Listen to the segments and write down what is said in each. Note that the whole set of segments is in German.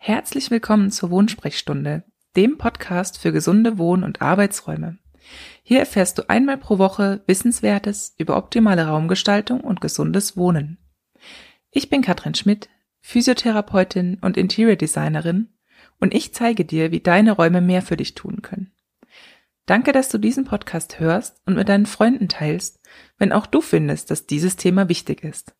Herzlich willkommen zur Wohnsprechstunde, dem Podcast für gesunde Wohn- und Arbeitsräume. Hier erfährst du einmal pro Woche Wissenswertes über optimale Raumgestaltung und gesundes Wohnen. Ich bin Katrin Schmidt, Physiotherapeutin und Interior Designerin und ich zeige dir, wie deine Räume mehr für dich tun können. Danke, dass du diesen Podcast hörst und mit deinen Freunden teilst, wenn auch du findest, dass dieses Thema wichtig ist.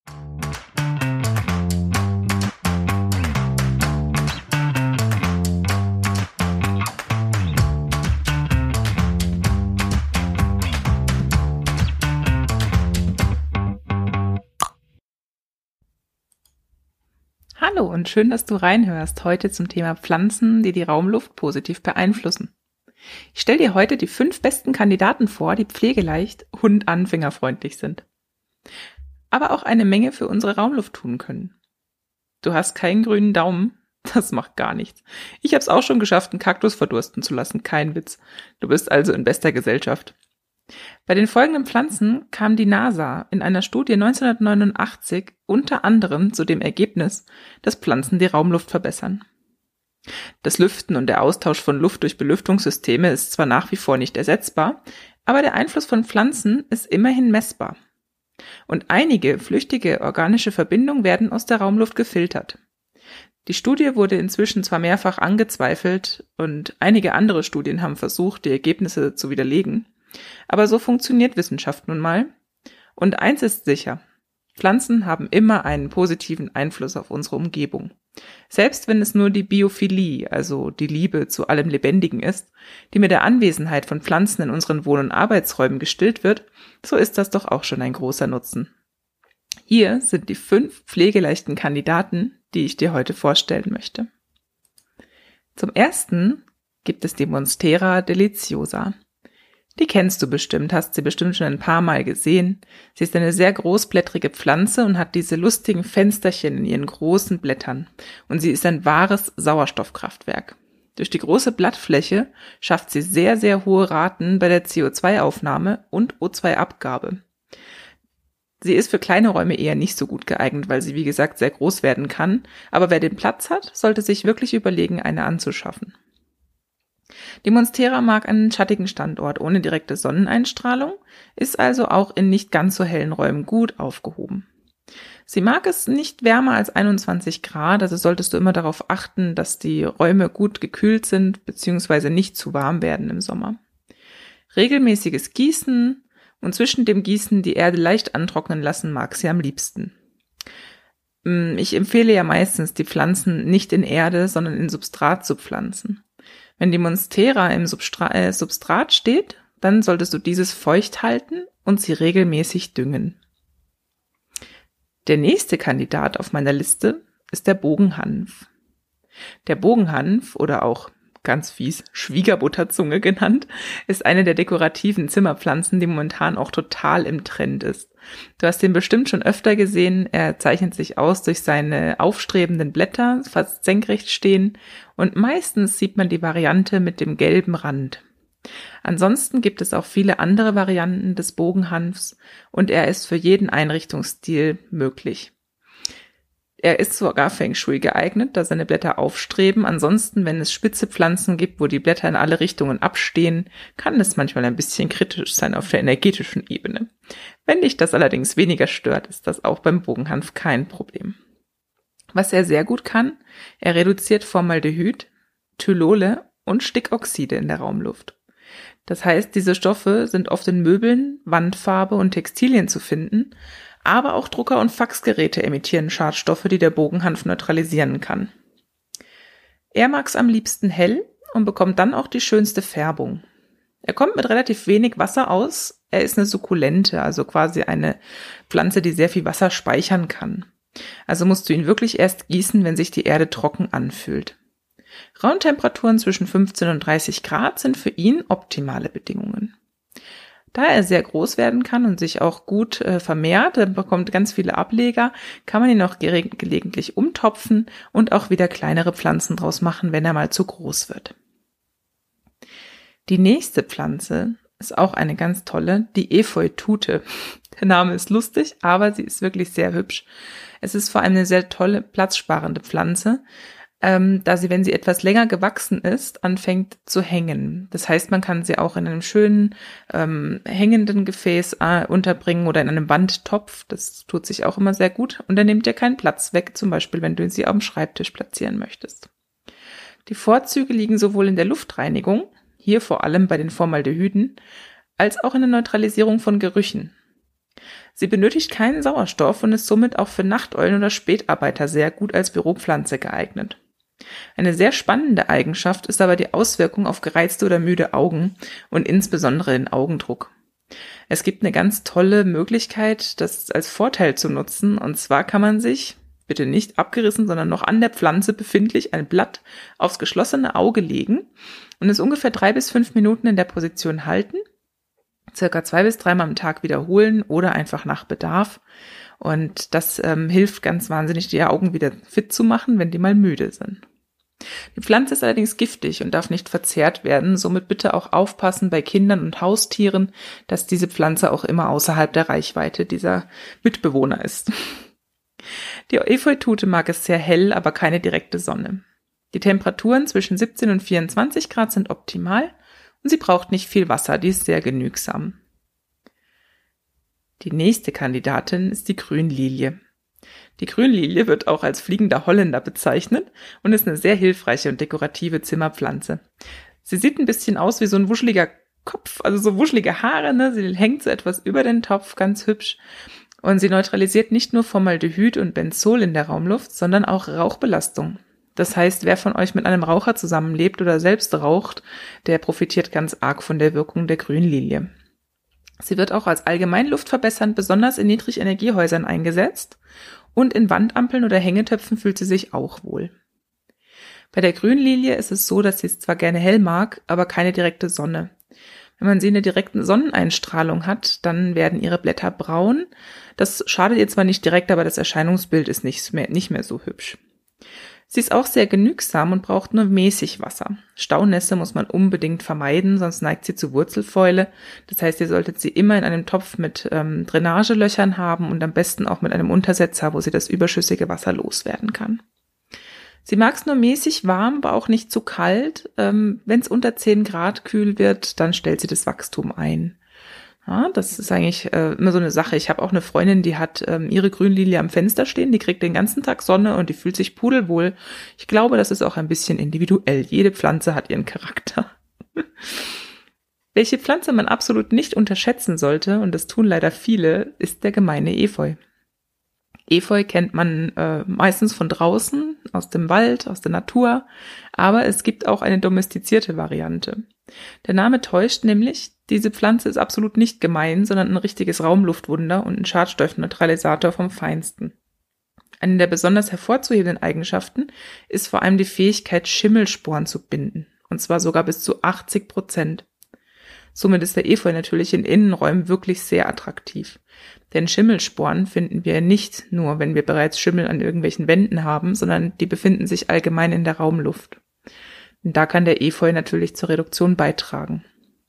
Hallo und schön, dass du reinhörst heute zum Thema Pflanzen, die die Raumluft positiv beeinflussen. Ich stelle dir heute die 5 besten Kandidaten vor, die pflegeleicht und anfängerfreundlich sind. Aber auch eine Menge für unsere Raumluft tun können. Du hast keinen grünen Daumen? Das macht gar nichts. Ich habe es auch schon geschafft, einen Kaktus verdursten zu lassen, kein Witz. Du bist also in bester Gesellschaft. Bei den folgenden Pflanzen kam die NASA in einer Studie 1989 unter anderem zu dem Ergebnis, dass Pflanzen die Raumluft verbessern. Das Lüften und der Austausch von Luft durch Belüftungssysteme ist zwar nach wie vor nicht ersetzbar, aber der Einfluss von Pflanzen ist immerhin messbar. Und einige flüchtige organische Verbindungen werden aus der Raumluft gefiltert. Die Studie wurde inzwischen zwar mehrfach angezweifelt und einige andere Studien haben versucht, die Ergebnisse zu widerlegen. Aber so funktioniert Wissenschaft nun mal. Und eins ist sicher, Pflanzen haben immer einen positiven Einfluss auf unsere Umgebung. Selbst wenn es nur die Biophilie, also die Liebe zu allem Lebendigen ist, die mit der Anwesenheit von Pflanzen in unseren Wohn- und Arbeitsräumen gestillt wird, so ist das doch auch schon ein großer Nutzen. Hier sind die 5 pflegeleichten Kandidaten, die ich dir heute vorstellen möchte. Zum ersten gibt es die Monstera deliciosa. Die kennst du bestimmt, hast sie bestimmt schon ein paar Mal gesehen. Sie ist eine sehr großblättrige Pflanze und hat diese lustigen Fensterchen in ihren großen Blättern. Und sie ist ein wahres Sauerstoffkraftwerk. Durch die große Blattfläche schafft sie sehr, sehr hohe Raten bei der CO2-Aufnahme und O2-Abgabe. Sie ist für kleine Räume eher nicht so gut geeignet, weil sie, wie gesagt, sehr groß werden kann. Aber wer den Platz hat, sollte sich wirklich überlegen, eine anzuschaffen. Die Monstera mag einen schattigen Standort ohne direkte Sonneneinstrahlung, ist also auch in nicht ganz so hellen Räumen gut aufgehoben. Sie mag es nicht wärmer als 21 Grad, also solltest du immer darauf achten, dass die Räume gut gekühlt sind bzw. nicht zu warm werden im Sommer. Regelmäßiges Gießen und zwischen dem Gießen die Erde leicht antrocknen lassen mag sie am liebsten. Ich empfehle ja meistens, die Pflanzen nicht in Erde, sondern in Substrat zu pflanzen. Wenn die Monstera im Substrat steht, dann solltest du dieses feucht halten und sie regelmäßig düngen. Der nächste Kandidat auf meiner Liste ist der Bogenhanf. Der Bogenhanf oder auch ganz fies Schwiegerbutterzunge genannt, ist eine der dekorativen Zimmerpflanzen, die momentan auch total im Trend ist. Du hast den bestimmt schon öfter gesehen. Er zeichnet sich aus durch seine aufstrebenden Blätter, fast senkrecht stehen, und meistens sieht man die Variante mit dem gelben Rand. Ansonsten gibt es auch viele andere Varianten des Bogenhanfs und er ist für jeden Einrichtungsstil möglich. Er ist sogar Feng Shui geeignet, da seine Blätter aufstreben. Ansonsten, wenn es spitze Pflanzen gibt, wo die Blätter in alle Richtungen abstehen, kann es manchmal ein bisschen kritisch sein auf der energetischen Ebene. Wenn dich das allerdings weniger stört, ist das auch beim Bogenhanf kein Problem. Was er sehr gut kann, er reduziert Formaldehyd, Thylole und Stickoxide in der Raumluft. Das heißt, diese Stoffe sind oft in Möbeln, Wandfarbe und Textilien zu finden, aber auch Drucker- und Faxgeräte emittieren Schadstoffe, die der Bogenhanf neutralisieren kann. Er mag es am liebsten hell und bekommt dann auch die schönste Färbung. Er kommt mit relativ wenig Wasser aus. Er ist eine Sukkulente, also quasi eine Pflanze, die sehr viel Wasser speichern kann. Also musst du ihn wirklich erst gießen, wenn sich die Erde trocken anfühlt. Raumtemperaturen zwischen 15 und 30 Grad sind für ihn optimale Bedingungen. Da er sehr groß werden kann und sich auch gut vermehrt, er bekommt ganz viele Ableger, kann man ihn auch gelegentlich umtopfen und auch wieder kleinere Pflanzen draus machen, wenn er mal zu groß wird. Die nächste Pflanze ist auch eine ganz tolle, die Efeutute. Der Name ist lustig, aber sie ist wirklich sehr hübsch. Es ist vor allem eine sehr tolle, platzsparende Pflanze. da sie, wenn sie etwas länger gewachsen ist, anfängt zu hängen. Das heißt, man kann sie auch in einem schönen hängenden Gefäß unterbringen oder in einem Wandtopf. Das tut sich auch immer sehr gut. Und dann nimmt ihr keinen Platz weg, zum Beispiel, wenn du sie auf dem Schreibtisch platzieren möchtest. Die Vorzüge liegen sowohl in der Luftreinigung, hier vor allem bei den Formaldehyden, als auch in der Neutralisierung von Gerüchen. Sie benötigt keinen Sauerstoff und ist somit auch für Nachteulen oder Spätarbeiter sehr gut als Büropflanze geeignet. Eine sehr spannende Eigenschaft ist aber die Auswirkung auf gereizte oder müde Augen und insbesondere den Augendruck. Es gibt eine ganz tolle Möglichkeit, das als Vorteil zu nutzen, und zwar kann man sich, bitte nicht abgerissen, sondern noch an der Pflanze befindlich, ein Blatt aufs geschlossene Auge legen und es ungefähr 3 bis 5 Minuten in der Position halten, circa 2 bis 3 Mal am Tag wiederholen oder einfach nach Bedarf. Und das hilft ganz wahnsinnig, die Augen wieder fit zu machen, wenn die mal müde sind. Die Pflanze ist allerdings giftig und darf nicht verzehrt werden, somit bitte auch aufpassen bei Kindern und Haustieren, dass diese Pflanze auch immer außerhalb der Reichweite dieser Mitbewohner ist. Die Efeutute mag es sehr hell, aber keine direkte Sonne. Die Temperaturen zwischen 17 und 24 Grad sind optimal und sie braucht nicht viel Wasser, die ist sehr genügsam. Die nächste Kandidatin ist die Grünlilie. Die Grünlilie wird auch als fliegender Holländer bezeichnet und ist eine sehr hilfreiche und dekorative Zimmerpflanze. Sie sieht ein bisschen aus wie so ein wuscheliger Kopf, also so wuschelige Haare, ne? Sie hängt so etwas über den Topf, ganz hübsch. Und sie neutralisiert nicht nur Formaldehyd und Benzol in der Raumluft, sondern auch Rauchbelastung. Das heißt, wer von euch mit einem Raucher zusammenlebt oder selbst raucht, der profitiert ganz arg von der Wirkung der Grünlilie. Sie wird auch als allgemeinluftverbessernd besonders in Niedrigenergiehäusern eingesetzt und in Wandampeln oder Hängetöpfen fühlt sie sich auch wohl. Bei der Grünlilie ist es so, dass sie es zwar gerne hell mag, aber keine direkte Sonne. Wenn man sie in der direkten Sonneneinstrahlung hat, dann werden ihre Blätter braun. Das schadet ihr zwar nicht direkt, aber das Erscheinungsbild ist nicht mehr so hübsch. Sie ist auch sehr genügsam und braucht nur mäßig Wasser. Staunässe muss man unbedingt vermeiden, sonst neigt sie zu Wurzelfäule. Das heißt, ihr solltet sie immer in einem Topf mit Drainagelöchern haben und am besten auch mit einem Untersetzer, wo sie das überschüssige Wasser loswerden kann. Sie mag es nur mäßig warm, aber auch nicht zu kalt. Wenn es unter 10 Grad kühl wird, dann stellt sie das Wachstum ein. Ja, das ist eigentlich immer so eine Sache. Ich habe auch eine Freundin, die hat ihre Grünlilie am Fenster stehen, die kriegt den ganzen Tag Sonne und die fühlt sich pudelwohl. Ich glaube, das ist auch ein bisschen individuell. Jede Pflanze hat ihren Charakter. Welche Pflanze man absolut nicht unterschätzen sollte, und das tun leider viele, ist der gemeine Efeu. Efeu kennt man meistens von draußen, aus dem Wald, aus der Natur, aber es gibt auch eine domestizierte Variante. Der Name täuscht nämlich, diese Pflanze ist absolut nicht gemein, sondern ein richtiges Raumluftwunder und ein Schadstoffneutralisator vom Feinsten. Eine der besonders hervorzuhebenden Eigenschaften ist vor allem die Fähigkeit, Schimmelsporen zu binden, und zwar sogar bis zu 80%. Somit ist der Efeu natürlich in Innenräumen wirklich sehr attraktiv. Denn Schimmelsporen finden wir nicht nur, wenn wir bereits Schimmel an irgendwelchen Wänden haben, sondern die befinden sich allgemein in der Raumluft. Und da kann der Efeu natürlich zur Reduktion beitragen.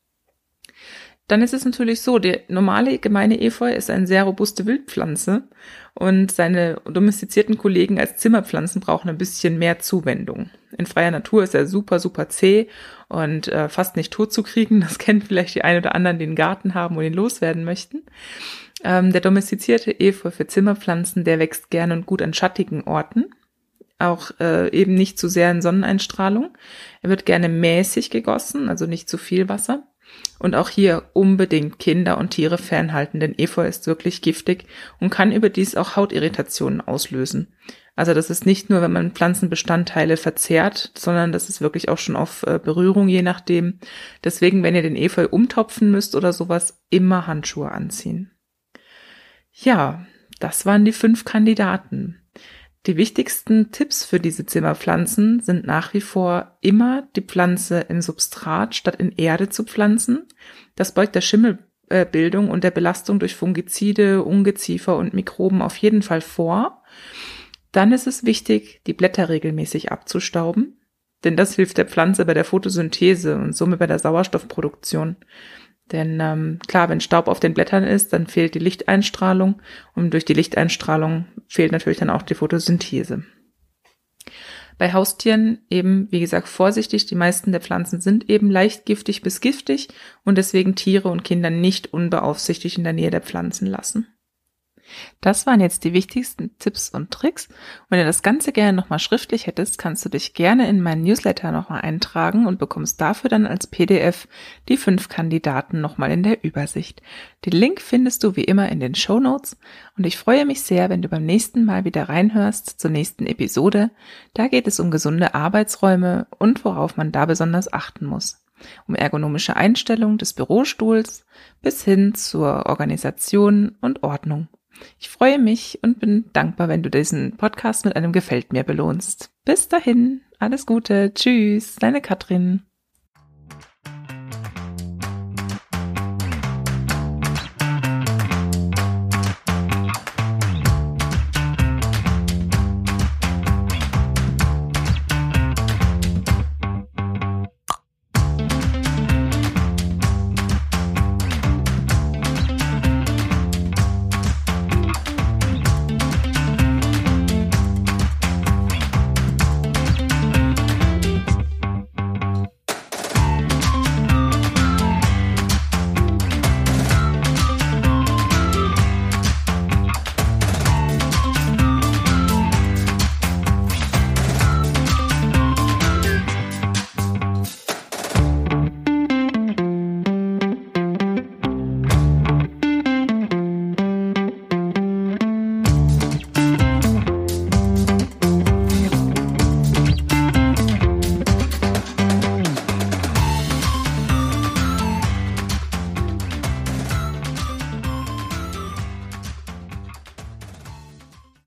Dann ist es natürlich so, der normale gemeine Efeu ist eine sehr robuste Wildpflanze und seine domestizierten Kollegen als Zimmerpflanzen brauchen ein bisschen mehr Zuwendung. In freier Natur ist er super, super zäh und fast nicht tot zu kriegen. Das kennen vielleicht die einen oder anderen, die einen Garten haben und ihn loswerden möchten. Der domestizierte Efeu für Zimmerpflanzen, der wächst gerne und gut an schattigen Orten. Auch eben nicht zu sehr in Sonneneinstrahlung. Er wird gerne mäßig gegossen, also nicht zu viel Wasser. Und auch hier unbedingt Kinder und Tiere fernhalten, denn Efeu ist wirklich giftig und kann überdies auch Hautirritationen auslösen. Also das ist nicht nur, wenn man Pflanzenbestandteile verzehrt, sondern das ist wirklich auch schon auf Berührung, je nachdem. Deswegen, wenn ihr den Efeu umtopfen müsst oder sowas, immer Handschuhe anziehen. Ja, das waren die 5 Kandidaten. Die wichtigsten Tipps für diese Zimmerpflanzen sind nach wie vor immer die Pflanze in Substrat statt in Erde zu pflanzen. Das beugt der Schimmelbildung und der Belastung durch Fungizide, Ungeziefer und Mikroben auf jeden Fall vor. Dann ist es wichtig, die Blätter regelmäßig abzustauben, denn das hilft der Pflanze bei der Photosynthese und somit bei der Sauerstoffproduktion. Denn klar, wenn Staub auf den Blättern ist, dann fehlt die Lichteinstrahlung und durch die Lichteinstrahlung fehlt natürlich dann auch die Photosynthese. Bei Haustieren eben, wie gesagt, vorsichtig. Die meisten der Pflanzen sind eben leicht giftig bis giftig und deswegen Tiere und Kinder nicht unbeaufsichtigt in der Nähe der Pflanzen lassen. Das waren jetzt die wichtigsten Tipps und Tricks. Wenn du das Ganze gerne nochmal schriftlich hättest, kannst du dich gerne in meinen Newsletter nochmal eintragen und bekommst dafür dann als PDF die 5 Kandidaten nochmal in der Übersicht. Den Link findest du wie immer in den Shownotes und ich freue mich sehr, wenn du beim nächsten Mal wieder reinhörst zur nächsten Episode. Da geht es um gesunde Arbeitsräume und worauf man da besonders achten muss. Um ergonomische Einstellung des Bürostuhls bis hin zur Organisation und Ordnung. Ich freue mich und bin dankbar, wenn du diesen Podcast mit einem Gefällt mir belohnst. Bis dahin, alles Gute, tschüss, deine Katrin.